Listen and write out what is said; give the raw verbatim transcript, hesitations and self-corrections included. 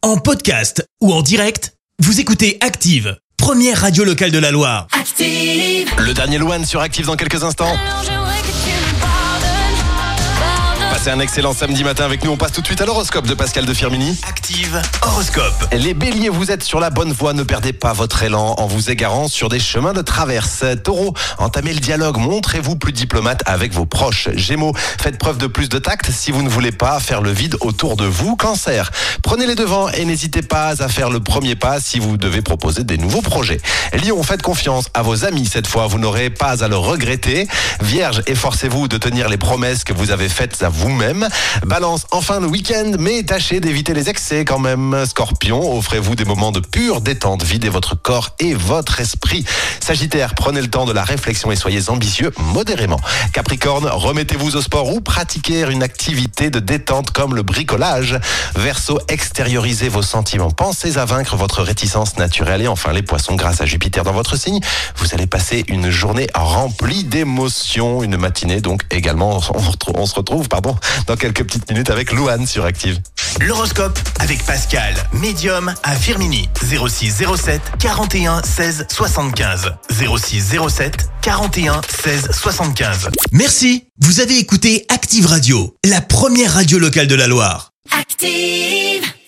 En podcast ou en direct, vous écoutez Active, première radio locale de la Loire. Active. Le dernier Louane sur Active dans quelques instants. Passez un excellent samedi matin avec nous. On passe tout de suite à l'horoscope de Pascal de Firmini. Active horoscope. Les béliers, vous êtes sur la bonne voie. Ne perdez pas votre élan en vous égarant sur des chemins de traverse. Taureau, entamez le dialogue. Montrez-vous plus diplomate avec vos proches. Gémeaux, faites preuve de plus de tact si vous ne voulez pas faire le vide autour de vous. Cancer, prenez les devants et n'hésitez pas à faire le premier pas si vous devez proposer des nouveaux projets. Lion, faites confiance à vos amis. Cette fois, vous n'aurez pas à le regretter. Vierge, efforcez-vous de tenir les promesses que vous avez faites à vous-même. Balance, enfin le week-end, mais tâchez d'éviter les excès quand même. Scorpion, offrez-vous des moments de pure détente, videz votre corps et votre esprit. Sagittaire, prenez le temps de la réflexion et soyez ambitieux modérément. Capricorne, remettez-vous au sport ou pratiquez une activité de détente comme le bricolage. Verseau, extériorisez vos sentiments, pensez à vaincre votre réticence naturelle. Et enfin les poissons, grâce à Jupiter dans votre signe, vous allez passer une journée remplie d'émotions, une matinée donc également. On se retrouve pardon, dans quelques petites minutes avec Louane sur Active. L'horoscope avec Pascal, médium à Firmini. zéro six zéro sept quarante et un seize soixante-quinze. zéro six zéro sept quarante et un seize soixante-quinze. Merci, vous avez écouté Active Radio, la première radio locale de la Loire. Active.